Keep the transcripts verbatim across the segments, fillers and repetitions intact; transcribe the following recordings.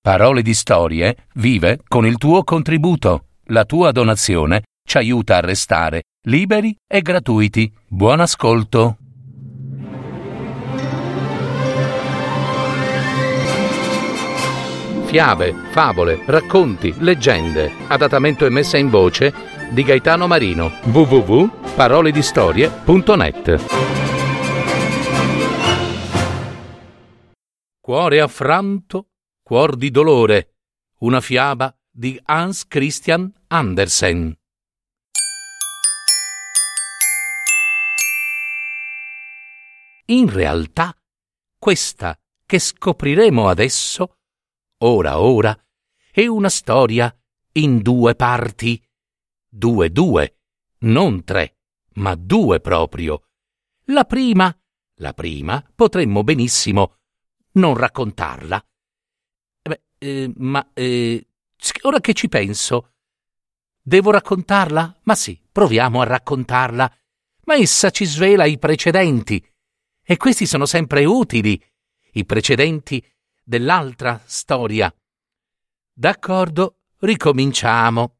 Parole di Storie vive con il tuo contributo. La tua donazione ci aiuta a restare liberi e gratuiti. Buon ascolto. Fiabe, favole, racconti, leggende. Adattamento e messa in voce di Gaetano Marino. w w w punto parole di storie punto net. Cuore affranto, cuor di dolore. Una fiaba di Hans Christian Andersen. In realtà, questa che scopriremo adesso, ora ora, è una storia in due parti. Due due, non tre, ma due proprio. La prima, la prima potremmo benissimo non raccontarla. Beh, eh, ma eh, ora che ci penso, devo raccontarla? Ma sì, proviamo a raccontarla. Ma essa ci svela i precedenti, e questi sono sempre utili, i precedenti dell'altra storia. D'accordo, ricominciamo.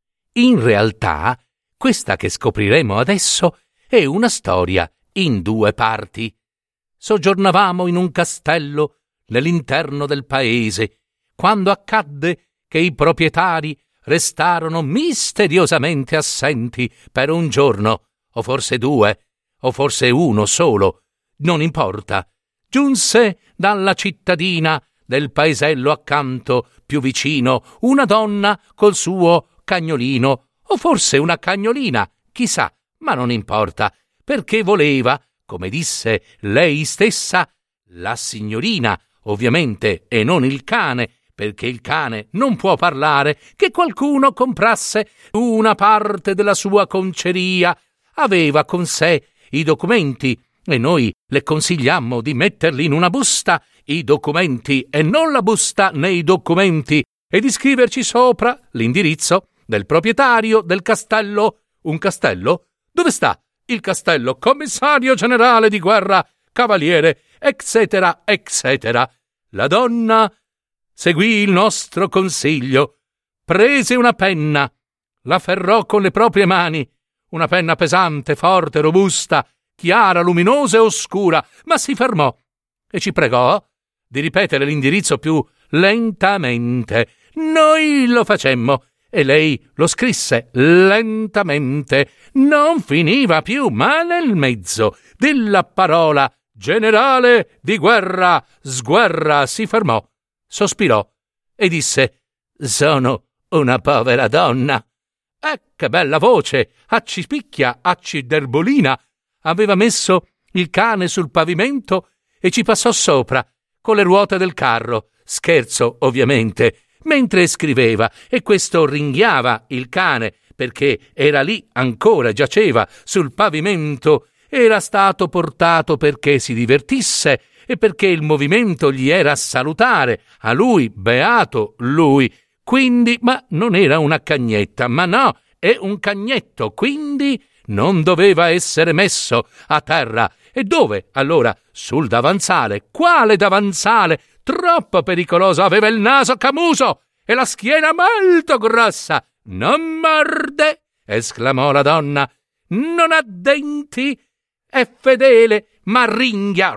In realtà, questa che scopriremo adesso è una storia in due parti. Soggiornavamo in un castello nell'interno del paese, quando accadde che i proprietari restarono misteriosamente assenti per un giorno, o forse due, o forse uno solo, non importa. Giunse dalla cittadina del paesello accanto, più vicino, una donna col suo cagnolino, o forse una cagnolina, chissà, ma non importa, perché voleva, come disse lei stessa, la signorina, ovviamente, e non il cane, perché il cane non può parlare, che qualcuno comprasse una parte della sua conceria. Aveva con sé i documenti, e noi le consigliammo di metterli in una busta, i documenti e non la busta né i documenti, e di scriverci sopra l'indirizzo del proprietario del castello. Un castello? Dove sta il castello? Commissario generale di guerra, cavaliere, eccetera, eccetera. La donna seguì il nostro consiglio, prese una penna, la afferrò con le proprie mani, una penna pesante, forte, robusta, chiara, luminosa e oscura, ma si fermò e ci pregò di ripetere l'indirizzo più lentamente. Noi lo facemmo e lei lo scrisse lentamente. Non finiva più, ma nel mezzo della parola generale di guerra, sguerra, si fermò, sospirò e disse: «Sono una povera donna». Eh, che bella voce! Accipicchia, acciderbolina! Aveva messo il cane sul pavimento e ci passò sopra con le ruote del carro. Scherzo, ovviamente, mentre scriveva, e questo ringhiava il cane, perché era lì ancora, giaceva sul pavimento. Era stato portato perché si divertisse e perché il movimento gli era salutare, a lui, beato lui. Quindi, ma non era una cagnetta, ma no, è un cagnetto, quindi non doveva essere messo a terra. E dove, allora? Sul davanzale. Quale davanzale? Troppo pericoloso, aveva il naso camuso e la schiena molto grossa. «Non morde!» esclamò la donna. «Non ha denti? È fedele, ma ringhia.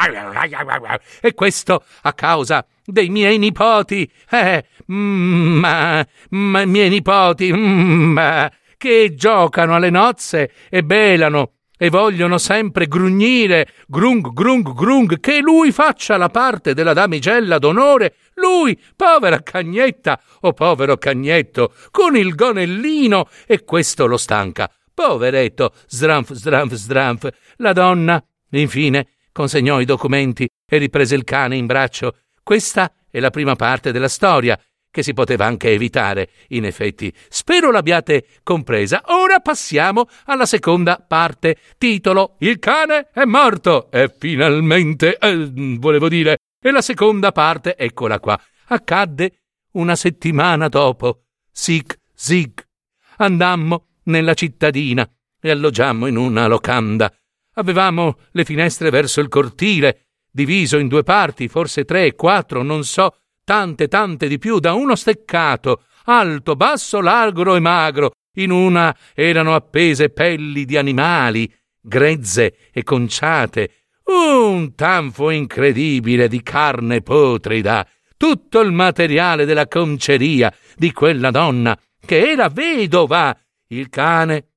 E questo a causa dei miei nipoti. Eh, ma, ma miei nipoti, ma, che giocano alle nozze e belano e vogliono sempre grugnire, grung, grung, grung, che lui faccia la parte della damigella d'onore. Lui, povera cagnetta, o povero cagnetto, con il gonellino, e questo lo stanca. Poveretto, sdranf, sdranf, sdranf». La donna, infine, consegnò i documenti e riprese il cane in braccio. Questa è la prima parte della storia, che si poteva anche evitare, in effetti. Spero l'abbiate compresa. Ora passiamo alla seconda parte. Titolo: Il cane è morto. E finalmente, eh, volevo dire, e la seconda parte, eccola qua. Accadde una settimana dopo. Sic, sic. Andammo nella cittadina e alloggiammo in una locanda. Avevamo le finestre verso il cortile, diviso in due parti, forse tre, quattro, non so, tante tante di più, da uno steccato, alto, basso, largo e magro. In una erano appese pelli di animali, grezze e conciate, un tanfo incredibile di carne putrida, tutto il materiale della conceria di quella donna che era vedova. Il cane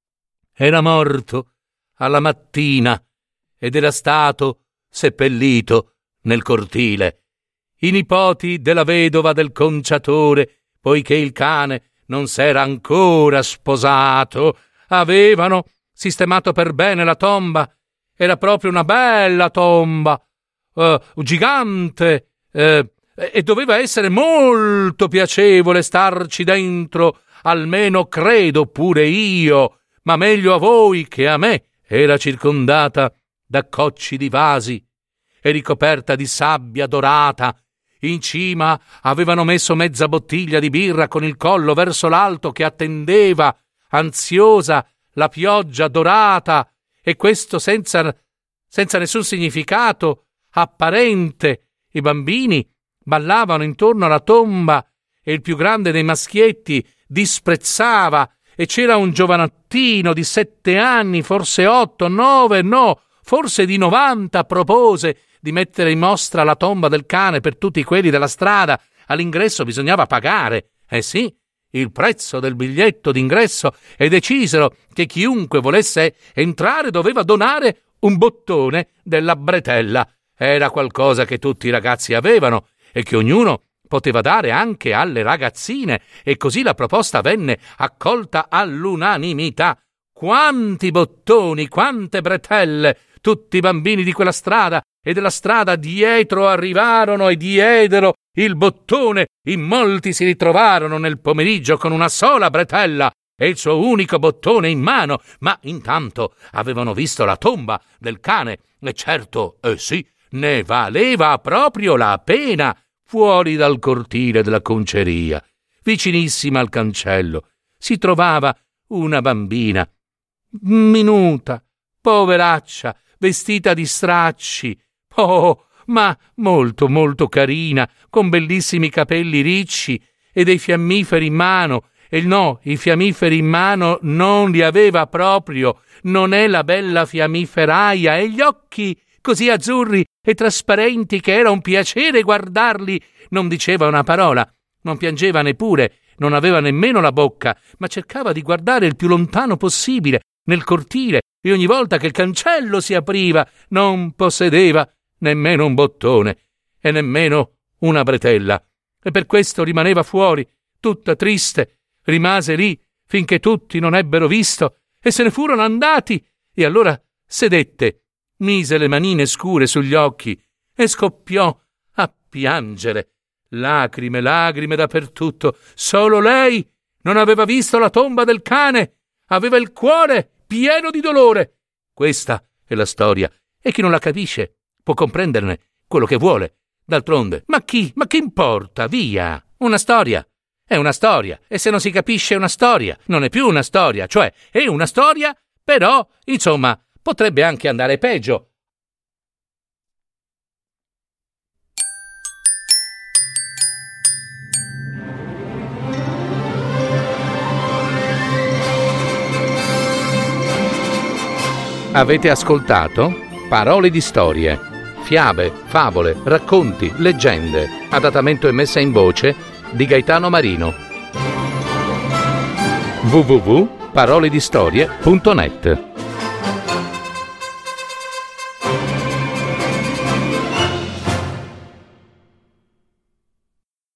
era morto alla mattina ed era stato seppellito nel cortile. I nipoti della vedova del conciatore, poiché il cane non s'era ancora sposato, avevano sistemato per bene la tomba. Era proprio una bella tomba, uh, gigante, uh, e doveva essere molto piacevole starci dentro, almeno credo pure io, ma meglio a voi che a me. Era circondata da cocci di vasi e ricoperta di sabbia dorata. In cima avevano messo mezza bottiglia di birra con il collo verso l'alto che attendeva, ansiosa, la pioggia dorata, e questo senza, senza nessun significato apparente. I bambini ballavano intorno alla tomba e il più grande dei maschietti disprezzava, e c'era un giovanottino di sette anni, forse otto, nove, no, forse di novanta, propose di mettere in mostra la tomba del cane per tutti quelli della strada. All'ingresso bisognava pagare, eh sì, il prezzo del biglietto d'ingresso, e decisero che chiunque volesse entrare doveva donare un bottone della bretella. Era qualcosa che tutti i ragazzi avevano e che ognuno poteva dare anche alle ragazzine, e così la proposta venne accolta all'unanimità. Quanti bottoni, quante bretelle! Tutti i bambini di quella strada e della strada dietro arrivarono e diedero il bottone. In molti si ritrovarono nel pomeriggio con una sola bretella e il suo unico bottone in mano, ma intanto avevano visto la tomba del cane, e certo, eh sì, ne valeva proprio la pena. Fuori dal cortile della conceria, vicinissima al cancello, si trovava una bambina, minuta, poveraccia, vestita di stracci, oh, ma molto molto carina, con bellissimi capelli ricci e dei fiammiferi in mano. E no, i fiammiferi in mano non li aveva proprio, non è la bella fiammiferaia, e gli occhi così azzurri e trasparenti che era un piacere guardarli. Non diceva una parola, non piangeva neppure, non aveva nemmeno la bocca, ma cercava di guardare il più lontano possibile nel cortile, e ogni volta che il cancello si apriva non possedeva nemmeno un bottone e nemmeno una bretella, e per questo rimaneva fuori, tutta triste. Rimase lì finché tutti non ebbero visto e se ne furono andati, e allora sedette, mise le manine scure sugli occhi e scoppiò a piangere. Lacrime, lacrime dappertutto. Solo lei non aveva visto la tomba del cane, aveva il cuore pieno di dolore. Questa è la storia, e chi non la capisce può comprenderne quello che vuole. D'altronde, ma chi, ma che importa, via, una storia è una storia, e se non si capisce una storia non è più una storia, cioè è una storia, però, insomma, potrebbe anche andare peggio. Avete ascoltato Parole di storie, fiabe, favole, racconti, leggende, adattamento e messa in voce di Gaetano Marino. w w w punto parole di storie punto net